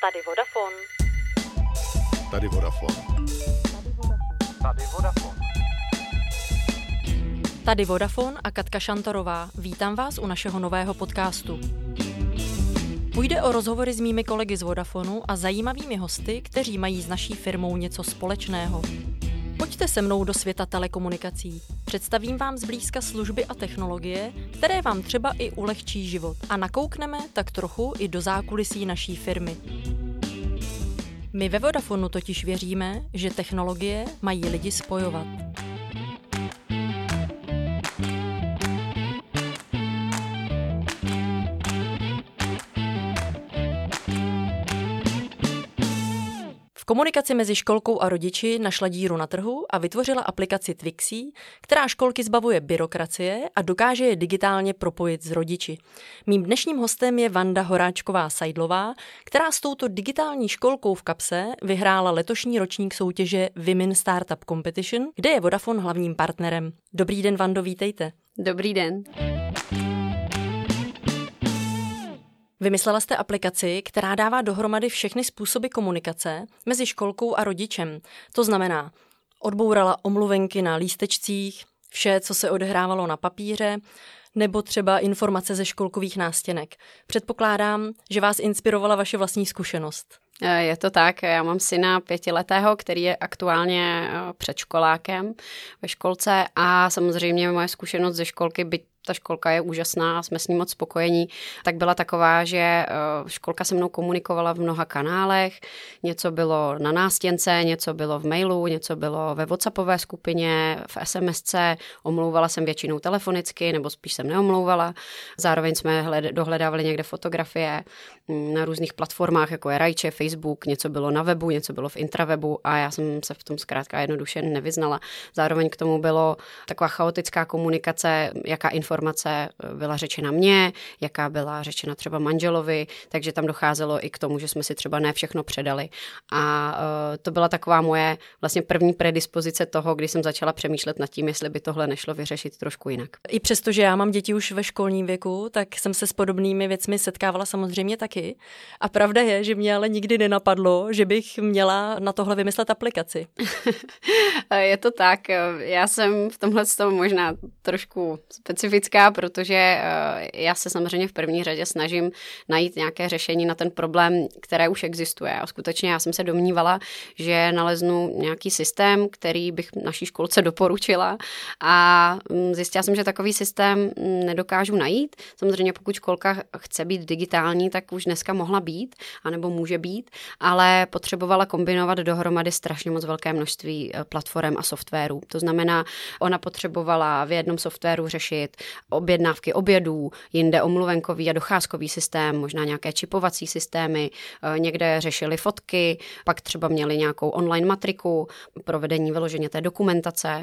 Tady Vodafone. Tady Vodafone. Tady Vodafone. Tady Vodafone a Katka Šantorová. Vítám vás u našeho nového podcastu. Půjde o rozhovory s mými kolegy z Vodafonu a zajímavými hosty, kteří mají s naší firmou něco společného. Pojďte se mnou do světa telekomunikací. Představím vám zblízka služby a technologie, které vám třeba i ulehčí život. A nakoukneme tak trochu i do zákulisí naší firmy. My ve Vodafonu totiž věříme, že technologie mají lidi spojovat. V komunikaci mezi školkou a rodiči našla díru na trhu a vytvořila aplikaci Twixy, která školky zbavuje byrokracie a dokáže je digitálně propojit s rodiči. Mým dnešním hostem je Vanda Horáčková-Seidlová, která s touto digitální školkou v kapse vyhrála letošní ročník soutěže Women Startup Competition, kde je Vodafone hlavním partnerem. Dobrý den, Vando, vítejte. Dobrý den. Vymyslela jste aplikaci, která dává dohromady všechny způsoby komunikace mezi školkou a rodičem. To znamená, odbourala omluvenky na lístečcích, vše, co se odehrávalo na papíře, nebo třeba informace ze školkových nástěnek. Předpokládám, že vás inspirovala vaše vlastní zkušenost. Je to tak, já mám syna 5letého, který je aktuálně předškolákem ve školce a samozřejmě moje zkušenost ze školky, byť ta školka je úžasná a jsme s ní moc spokojení, tak byla taková, že školka se mnou komunikovala v mnoha kanálech, něco bylo na nástěnce, něco bylo v mailu, něco bylo ve WhatsAppové skupině, v SMSce, omlouvala jsem většinou telefonicky, nebo spíš jsem neomlouvala. Zároveň jsme dohledávali někde fotografie na různých platformách, jako je Rajče, Facebook, něco bylo na webu, něco bylo v intrawebu a já jsem se v tom zkrátka jednoduše nevyznala. Zároveň k tomu bylo taková chaotická komunikace, jaká informace byla řečena mně, jaká byla řečena třeba manželovi, takže tam docházelo i k tomu, že jsme si třeba ne všechno předali. A to byla taková moje vlastně první predispozice toho, kdy jsem začala přemýšlet nad tím, jestli by tohle nešlo vyřešit trošku jinak. I přesto, že já mám děti už ve školním věku, tak jsem se s podobnými věcmi setkávala samozřejmě taky. A pravda je, že mě ale nikdy nenapadlo, že bych měla na tohle vymyslet aplikaci. Je to tak. Já jsem v tomhle možná trošku specifická, protože já se samozřejmě v první řadě snažím najít nějaké řešení na ten problém, které už existuje. A skutečně já jsem se domnívala, že naleznu nějaký systém, který bych naší školce doporučila a zjistila jsem, že takový systém nedokážu najít. Samozřejmě pokud školka chce být digitální, tak už dneska mohla být, anebo může být, ale potřebovala kombinovat dohromady strašně moc velké množství platform a softwarů. To znamená, ona potřebovala v jednom softwaru řešit objednávky obědů, jinde omluvenkový a docházkový systém, možná nějaké čipovací systémy, někde řešili fotky, pak třeba měli nějakou online matriku, provedení vyloženě té dokumentace,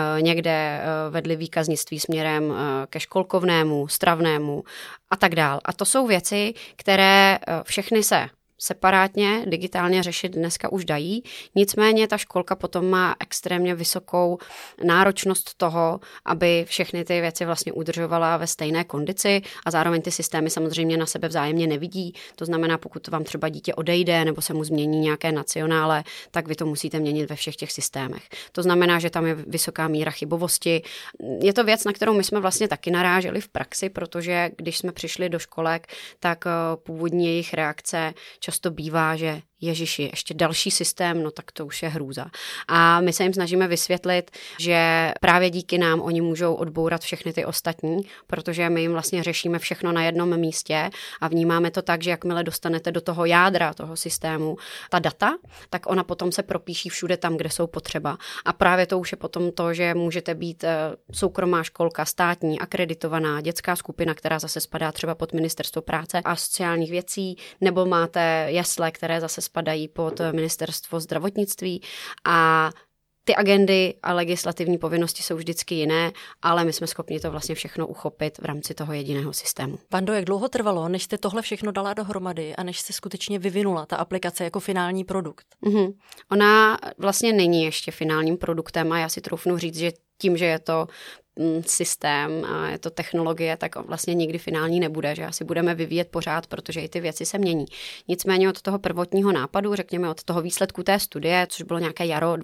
někde vedli výkaznictví směrem ke školkovnému, stravnému a tak dál. A to jsou věci, které všechny se separátně digitálně řešit dneska už dají, nicméně ta školka potom má extrémně vysokou náročnost toho, aby všechny ty věci vlastně udržovala ve stejné kondici a zároveň ty systémy samozřejmě na sebe vzájemně nevidí. To znamená, pokud vám třeba dítě odejde nebo se mu změní nějaké nacionále, tak vy to musíte měnit ve všech těch systémech. To znamená, že tam je vysoká míra chybovosti. Je to věc, na kterou my jsme vlastně taky naráželi v praxi, protože když jsme přišli do školek, tak původní jejich reakce často bývá, že ježiši, ještě další systém, no tak to už je hrůza. A my se jim snažíme vysvětlit, že právě díky nám oni můžou odbourat všechny ty ostatní, protože my jim vlastně řešíme všechno na jednom místě a vnímáme to tak, že jakmile dostanete do toho jádra toho systému ta data, tak ona potom se propíší všude tam, kde jsou potřeba. A právě to už je potom to, že můžete být soukromá školka, státní, akreditovaná, dětská skupina, která zase spadá třeba pod Ministerstvo práce a sociálních věcí, nebo máte jesle, které zase spadají pod Ministerstvo zdravotnictví a ty agendy a legislativní povinnosti jsou vždycky jiné, ale my jsme schopni to vlastně všechno uchopit v rámci toho jediného systému. Vando, jak dlouho trvalo, než jste tohle všechno dala dohromady a než se skutečně vyvinula ta aplikace jako finální produkt? Ona vlastně není ještě finálním produktem a já si troufnu říct, že tím, že je to systém a je to technologie, tak vlastně nikdy finální nebude, že asi budeme vyvíjet pořád, protože i ty věci se mění. Nicméně od toho prvotního nápadu, řekněme od toho výsledku té studie, což bylo nějaké jaro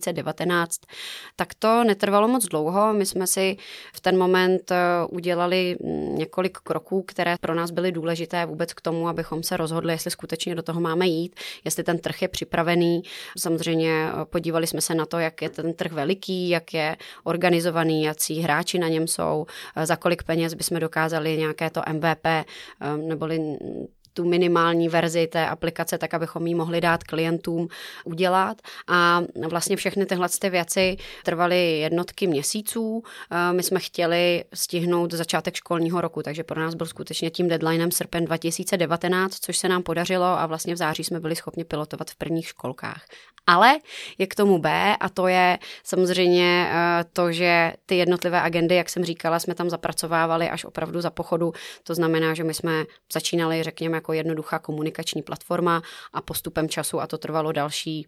2019, tak to netrvalo moc dlouho. My jsme si v ten moment udělali několik kroků, které pro nás byly důležité vůbec k tomu, abychom se rozhodli, jestli skutečně do toho máme jít, jestli ten trh je připravený. Samozřejmě podívali jsme se na to, jak je ten trh veliký, jak je organizovaný, jací hráči na něm jsou, za kolik peněz bychom dokázali nějaké to MVP neboli tu minimální verzi té aplikace, tak abychom ji mohli dát klientům udělat. A vlastně všechny tyhle věci trvaly jednotky měsíců. My jsme chtěli stihnout začátek školního roku, takže pro nás byl skutečně tím deadlinem srpen 2019, což se nám podařilo a vlastně v září jsme byli schopni pilotovat v prvních školkách. Ale je k tomu B a to je samozřejmě to, že ty jednotlivé agendy, jak jsem říkala, jsme tam zapracovávali až opravdu za pochodu. To znamená, že my jsme začínali, řekněme, jako jednoduchá komunikační platforma a postupem času, a to trvalo další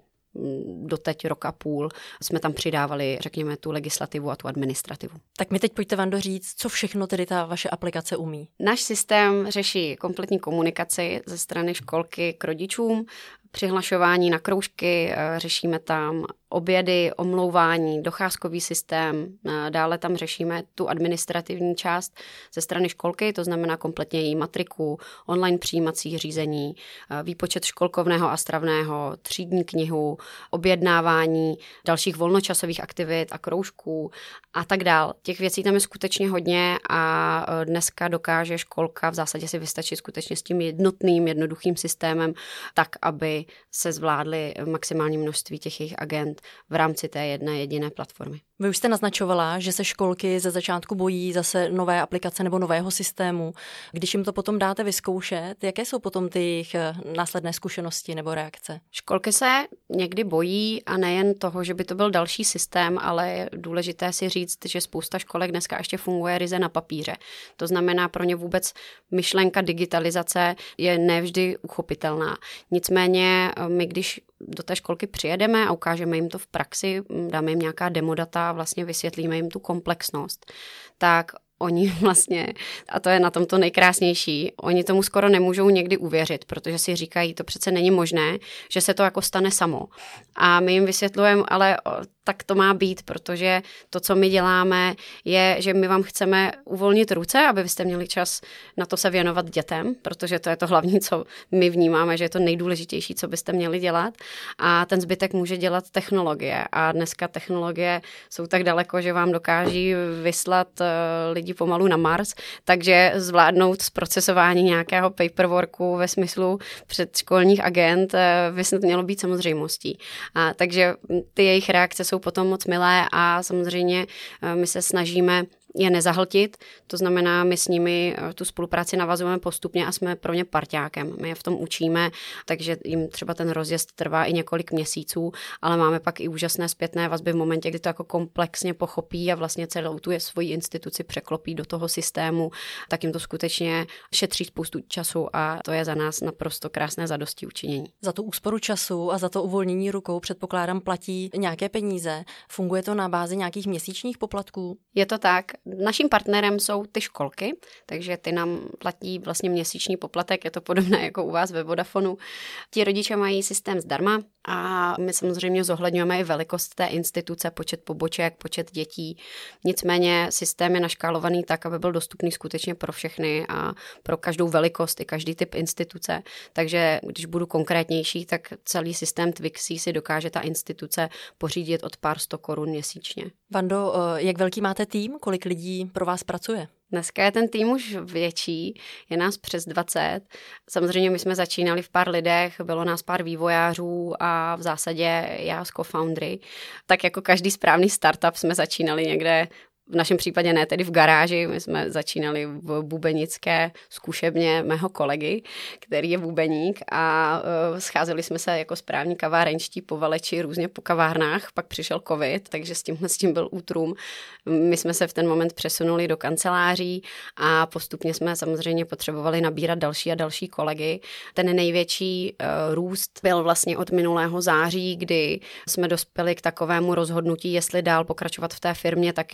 doteď rok a půl, jsme tam přidávali, řekněme, tu legislativu a tu administrativu. Tak mi teď pojďte, Vando, říct, co všechno tedy ta vaše aplikace umí. Náš systém řeší kompletní komunikaci ze strany školky k rodičům, přihlašování na kroužky, řešíme tam obědy, omlouvání, docházkový systém, dále tam řešíme tu administrativní část ze strany školky, to znamená kompletně její matriku, online přijímací řízení, výpočet školkovného a stravného, třídní knihu, objednávání dalších volnočasových aktivit a kroužků a tak dál. Těch věcí tam je skutečně hodně a dneska dokáže školka v zásadě si vystačit skutečně s tím jednoduchým systémem, tak, aby se zvládly maximální množství těch jejich agent v rámci té jedné jediné platformy. Vy už jste naznačovala, že se školky ze začátku bojí zase nové aplikace nebo nového systému. Když jim to potom dáte vyzkoušet, jaké jsou potom ty jejich následné zkušenosti nebo reakce? Školky se někdy bojí a nejen toho, že by to byl další systém, ale je důležité si říct, že spousta školek dneska ještě funguje ryze na papíře. To znamená, pro ně vůbec myšlenka digitalizace je nevždy uchopitelná. Nicméně my, když do té školky přijedeme a ukážeme jim to v praxi, dáme jim nějaká demodata a vlastně vysvětlíme jim tu komplexnost, tak oni vlastně, a to je na tom to nejkrásnější, oni tomu skoro nemůžou někdy uvěřit, protože si říkají, to přece není možné, že se to jako stane samo. A my jim vysvětlujeme, ale tak to má být, protože to, co my děláme, je, že my vám chceme uvolnit ruce, aby byste měli čas na to se věnovat dětem, protože to je to hlavní, co my vnímáme, že je to nejdůležitější, co byste měli dělat. A ten zbytek může dělat technologie. A dneska technologie jsou tak daleko, že vám dokáží vyslat lidi pomalu na Mars, takže zvládnout zprocesování nějakého paperworku ve smyslu předškolních agent by snad mělo být samozřejmostí. Takže ty jejich reakce jsou potom moc milé a samozřejmě my se snažíme je nezahltit, to znamená, my s nimi tu spolupráci navazujeme postupně a jsme pro ně parťákem. My je v tom učíme, takže jim třeba ten rozjezd trvá i několik měsíců, ale máme pak i úžasné zpětné vazby v momentě, kdy to jako komplexně pochopí a vlastně celou tu svoji instituci překlopí do toho systému, tak jim to skutečně šetří spoustu času a to je za nás naprosto krásné zadostiučinění. Za tu úsporu času a za to uvolnění rukou předpokládám platí nějaké peníze. Funguje to na bázi nějakých měsíčních poplatků? Je to tak. Naším partnerem jsou ty školky, takže ty nám platí vlastně měsíční poplatek, je to podobné jako u vás ve Vodafonu. Ti rodiče mají systém zdarma a my samozřejmě zohledňujeme i velikost té instituce, počet poboček, počet dětí. Nicméně systém je naškálovaný tak, aby byl dostupný skutečně pro všechny a pro každou velikost i každý typ instituce. Takže když budu konkrétnější, tak celý systém Twixy si dokáže ta instituce pořídit od pár 100 korun měsíčně. Vando, jak velký máte tým? Kolik lidí pro vás pracuje? Dneska je ten tým už větší, je nás přes 20. Samozřejmě my jsme začínali v pár lidech, bylo nás pár vývojářů a v zásadě já s co-foundry. Tak jako každý správný startup jsme začínali někde, v našem případě ne tedy v garáži, my jsme začínali v bubenické zkušebně mého kolegy, který je bubeník a scházeli jsme se jako správní kavárenčtí povaleči různě po kavárnách, pak přišel covid, takže s tím byl útrum. My jsme se v ten moment přesunuli do kanceláří a postupně jsme samozřejmě potřebovali nabírat další a další kolegy. Ten největší růst byl vlastně od minulého září, kdy jsme dospěli k takovému rozhodnutí, jestli dál pokračovat v té firmě tak, jak jsme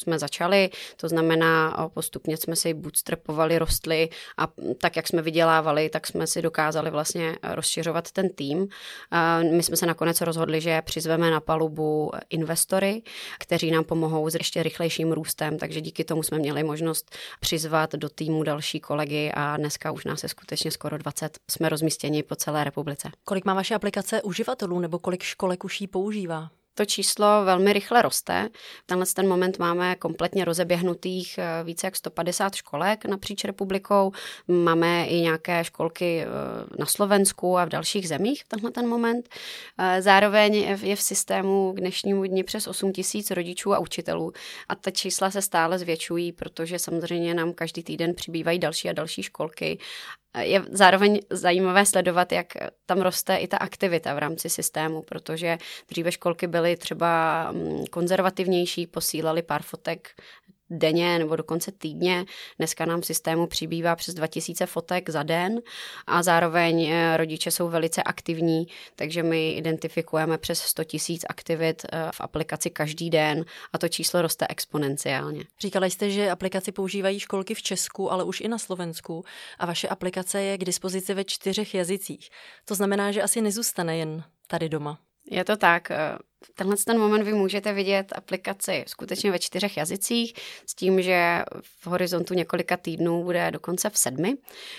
jsme začali, to znamená postupně jsme si bootstrapovali, rostli a tak, jak jsme vydělávali, tak jsme si dokázali vlastně rozšiřovat ten tým. My jsme se nakonec rozhodli, že přizveme na palubu investory, kteří nám pomohou s ještě rychlejším růstem, takže díky tomu jsme měli možnost přizvat do týmu další kolegy a dneska už nás je skutečně skoro 20. Jsme rozmístěni po celé republice. Kolik má vaše aplikace uživatelů nebo kolik školek už ji používá? To číslo velmi rychle roste. V ten moment máme kompletně rozeběhnutých více jak 150 školek napříč republikou. Máme i nějaké školky na Slovensku a v dalších zemích v ten moment. Zároveň je v systému k dnešnímu dni přes 8 000 rodičů a učitelů. A ta čísla se stále zvětšují, protože samozřejmě nám každý týden přibývají další a další školky. Je zároveň zajímavé sledovat, jak tam roste i ta aktivita v rámci systému, protože dříve školky byly třeba konzervativnější, posílali pár fotek denně nebo dokonce týdně. Dneska nám v systému přibývá přes 2000 fotek za den a zároveň rodiče jsou velice aktivní, takže my identifikujeme přes 100 000 aktivit v aplikaci každý den a to číslo roste exponenciálně. Říkala jste, že aplikaci používají školky v Česku, ale už i na Slovensku a vaše aplikace je k dispozici ve 4 jazycích. To znamená, že asi nezůstane jen tady doma. Je to tak. Ten moment vy můžete vidět aplikaci skutečně ve 4 jazycích s tím, že v horizontu několika týdnů bude dokonce v 7.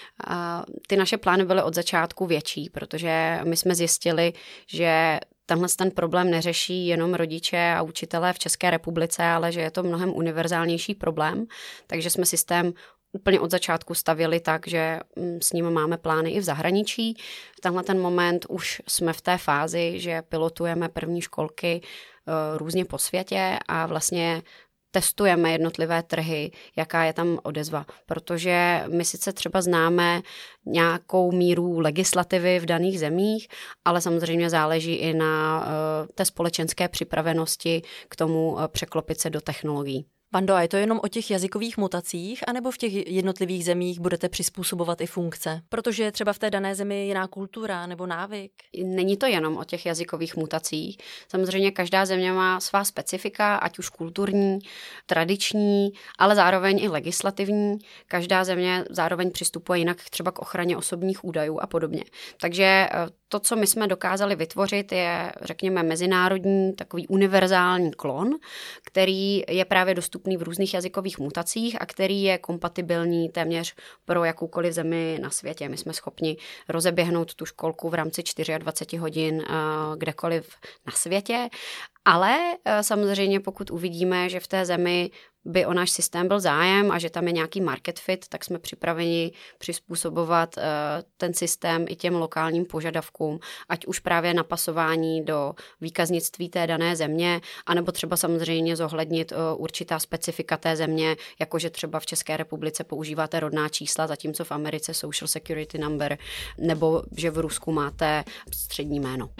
Ty naše plány byly od začátku větší, protože my jsme zjistili, že ten problém neřeší jenom rodiče a učitelé v České republice, ale že je to mnohem univerzálnější problém, takže jsme systém úplně od začátku stavěli tak, že s ním máme plány i v zahraničí. V ten moment už jsme v té fázi, že pilotujeme první školky různě po světě a vlastně testujeme jednotlivé trhy, jaká je tam odezva. Protože my sice třeba známe nějakou míru legislativy v daných zemích, ale samozřejmě záleží i na té společenské připravenosti k tomu překlopit se do technologií. Vando, a je to jenom o těch jazykových mutacích, anebo v těch jednotlivých zemích budete přizpůsobovat i funkce? Protože je třeba v té dané zemi jiná kultura nebo návyk? Není to jenom o těch jazykových mutacích. Samozřejmě každá země má svá specifika, ať už kulturní, tradiční, ale zároveň i legislativní. Každá země zároveň přistupuje jinak třeba k ochraně osobních údajů a podobně. Takže to, co my jsme dokázali vytvořit, je, řekněme, mezinárodní, takový univerzální klon, který je právě dostupný v různých jazykových mutacích a který je kompatibilní téměř pro jakoukoliv zemi na světě. My jsme schopni rozeběhnout tu školku v rámci 24 hodin kdekoliv na světě, ale samozřejmě pokud uvidíme, že v té zemi by o náš systém byl zájem a že tam je nějaký market fit, tak jsme připraveni přizpůsobovat ten systém i těm lokálním požadavkům, ať už právě napasování do výkaznictví té dané země, anebo třeba samozřejmě zohlednit určitá specifika té země, jakože třeba v České republice používáte rodná čísla, zatímco v Americe Social Security Number, nebo že v Rusku máte střední jméno.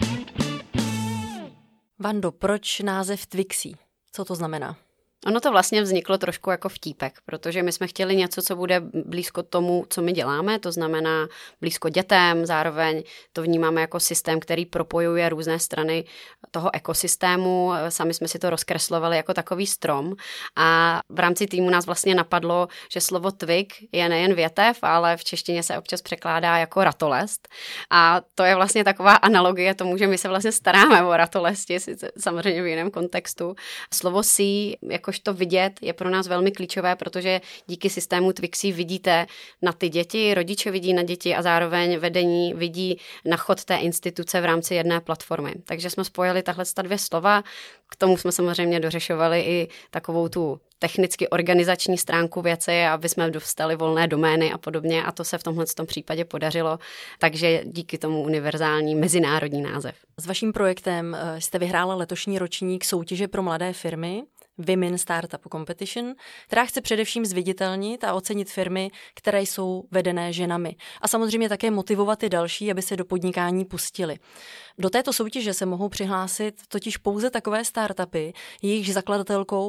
Vando, proč název Twixy? Co to znamená? Ono to vlastně vzniklo trošku jako vtípek, protože my jsme chtěli něco, co bude blízko tomu, co my děláme, to znamená blízko dětem, zároveň to vnímáme jako systém, který propojuje různé strany toho ekosystému. Sami jsme si to rozkreslovali jako takový strom a v rámci týmu nás vlastně napadlo, že slovo twig je nejen větev, ale v češtině se občas překládá jako ratolest a to je vlastně taková analogie tomu, že my se vlastně staráme o ratolesti, samozřejmě v jiném kontextu. Slovo sea, jakožto vidět, je pro nás velmi klíčové, protože díky systému Twixy vidíte na ty děti, rodiče vidí na děti a zároveň vedení vidí na chod té instituce v rámci jedné platformy. Takže jsme spojili tahle 2 slova, k tomu jsme samozřejmě dořešovali i takovou tu technicky organizační stránku věci, aby jsme dostali volné domény a podobně a to se v tomhle případě podařilo, takže díky tomu univerzální mezinárodní název. S vaším projektem jste vyhrála letošní ročník soutěže pro mladé firmy Women Startup Competition, která chce především zviditelnit a ocenit firmy, které jsou vedené ženami. A samozřejmě také motivovat i další, aby se do podnikání pustili. Do této soutěže se mohou přihlásit totiž pouze takové startupy, jejichž zakladatelkou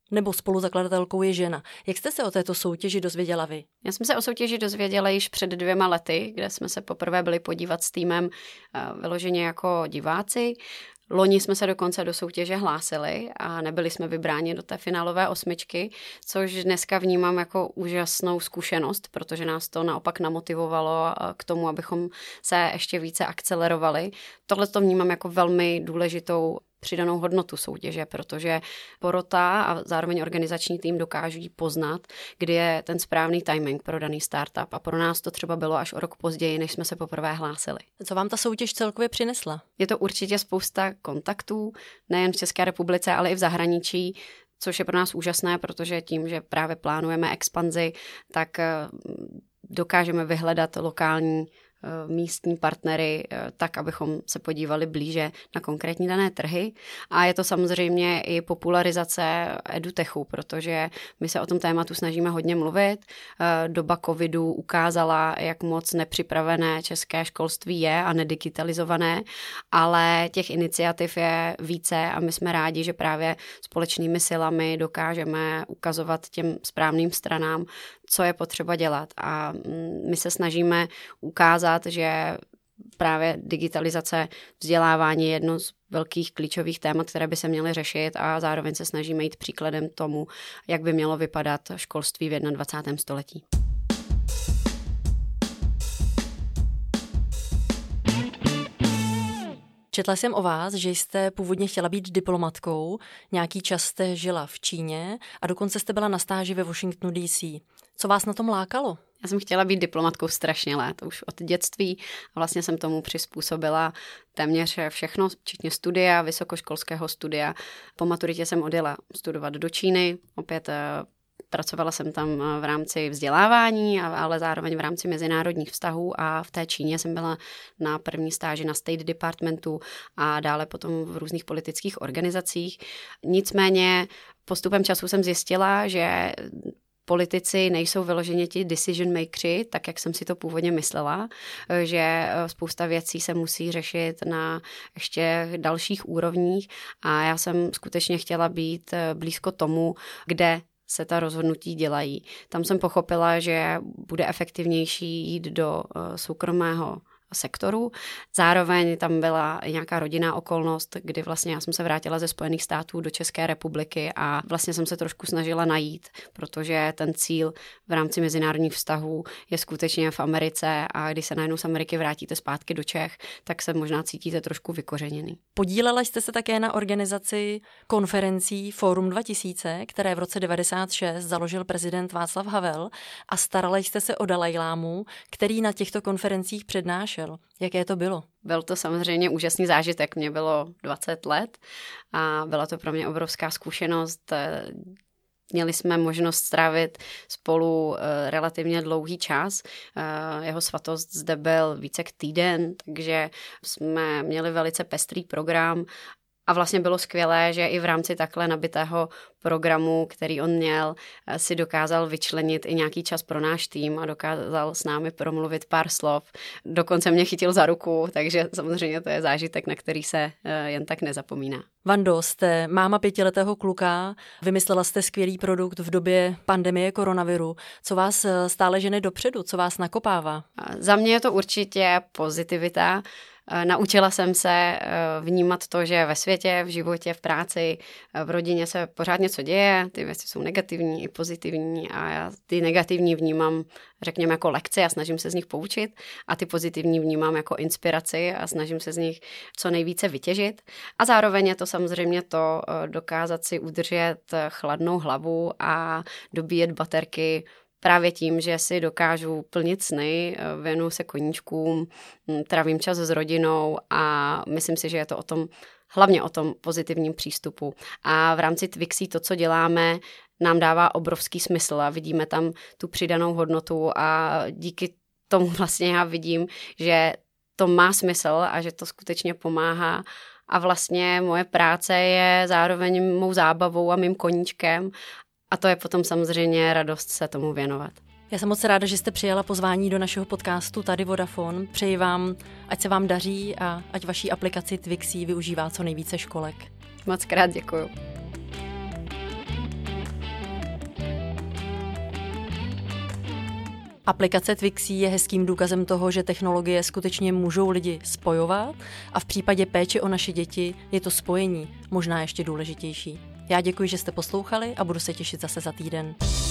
nebo spoluzakladatelkou je žena. Jak jste se o této soutěži dozvěděla vy? Já jsem se o soutěži dozvěděla již před 2 lety, kde jsme se poprvé byli podívat s týmem vyloženě jako diváci. Loni jsme se dokonce do soutěže hlásili a nebyli jsme vybráni do té finálové 8, což dneska vnímám jako úžasnou zkušenost, protože nás to naopak namotivovalo k tomu, abychom se ještě více akcelerovali. Tohle to vnímám jako velmi důležitou přidanou hodnotu soutěže, protože porota a zároveň organizační tým dokáží poznat, kdy je ten správný timing pro daný startup. A pro nás to třeba bylo až o rok později, než jsme se poprvé hlásili. Co vám ta soutěž celkově přinesla? Je to určitě spousta kontaktů, nejen v České republice, ale i v zahraničí, což je pro nás úžasné, protože tím, že právě plánujeme expanzi, tak dokážeme vyhledat lokální místní partnery tak, abychom se podívali blíže na konkrétní dané trhy. A je to samozřejmě i popularizace edutechu, protože my se o tom tématu snažíme hodně mluvit. Doba covidu ukázala, jak moc nepřipravené české školství je a nedigitalizované, ale těch iniciativ je více a my jsme rádi, že právě společnými silami dokážeme ukazovat těm správným stranám, co je potřeba dělat. A my se snažíme ukázat, že právě digitalizace vzdělávání je jedno z velkých klíčových témat, které by se měly řešit a zároveň se snažíme jít příkladem tomu, jak by mělo vypadat školství v 21. století. Četla jsem o vás, že jste původně chtěla být diplomatkou, nějaký čas jste žila v Číně a dokonce jste byla na stáži ve Washingtonu DC. Co vás na tom lákalo? Já jsem chtěla být diplomatkou strašně let, už od dětství a vlastně jsem tomu přizpůsobila téměř všechno, včetně studia, vysokoškolského studia. Po maturitě jsem odjela studovat do Číny, opět pracovala jsem tam v rámci vzdělávání, ale zároveň v rámci mezinárodních vztahů a v té Číně jsem byla na první stáži na State Departmentu a dále potom v různých politických organizacích. Nicméně postupem času jsem zjistila, že politici nejsou vyloženě ti decision makeři, tak jak jsem si to původně myslela, že spousta věcí se musí řešit na ještě dalších úrovních a já jsem skutečně chtěla být blízko tomu, kde se ta rozhodnutí dělají. Tam jsem pochopila, že bude efektivnější jít do soukromého sektoru. Zároveň tam byla nějaká rodinná okolnost, kdy vlastně já jsem se vrátila ze Spojených států do České republiky a vlastně jsem se trošku snažila najít, protože ten cíl v rámci mezinárodních vztahů je skutečně v Americe a když se najednou z Ameriky vrátíte zpátky do Čech, tak se možná cítíte trošku vykořeněný. Podílela jste se také na organizaci konferencí Fórum 2000, které v roce 1996 založil prezident Václav Havel a starala jste se o Dalajlámu, který na těchto konferencích přednášel. Jaké to bylo? Byl to samozřejmě úžasný zážitek. Mně bylo 20 let a byla to pro mě obrovská zkušenost. Měli jsme možnost strávit spolu relativně dlouhý čas. Jeho svatost zde byl více jak týden, takže jsme měli velice pestrý program. A vlastně bylo skvělé, že i v rámci takhle nabitého programu, který on měl, si dokázal vyčlenit i nějaký čas pro náš tým a dokázal s námi promluvit pár slov. Dokonce mě chytil za ruku, takže samozřejmě to je zážitek, na který se jen tak nezapomíná. Vando, jste máma 5letého kluka, vymyslela jste skvělý produkt v době pandemie koronaviru. Co vás stále žene dopředu, co vás nakopává? Za mě je to určitě pozitivita. Naučila jsem se vnímat to, že ve světě, v životě, v práci, v rodině se pořád něco děje, ty věci jsou negativní i pozitivní a já ty negativní vnímám, řekněme, jako lekci a snažím se z nich poučit a ty pozitivní vnímám jako inspiraci a snažím se z nich co nejvíce vytěžit. A zároveň je to samozřejmě to dokázat si udržet chladnou hlavu a dobíjet baterky právě tím, že si dokážu plnit sny, věnuju se koníčkům, trávím čas s rodinou a myslím si, že je to hlavně o tom pozitivním přístupu. A v rámci Twixy to, co děláme, nám dává obrovský smysl a vidíme tam tu přidanou hodnotu a díky tomu vlastně já vidím, že to má smysl a že to skutečně pomáhá. A vlastně moje práce je zároveň mou zábavou a mým koníčkem. A to je potom samozřejmě radost se tomu věnovat. Já jsem moc ráda, že jste přijala pozvání do našeho podcastu Tady Vodafone. Přeji vám, ať se vám daří a ať vaší aplikaci Twixy využívá co nejvíce školek. Moc krát děkuju. Aplikace Twixy je hezkým důkazem toho, že technologie skutečně můžou lidi spojovat a v případě péče o naše děti je to spojení možná ještě důležitější. Já děkuji, že jste poslouchali a budu se těšit zase za týden.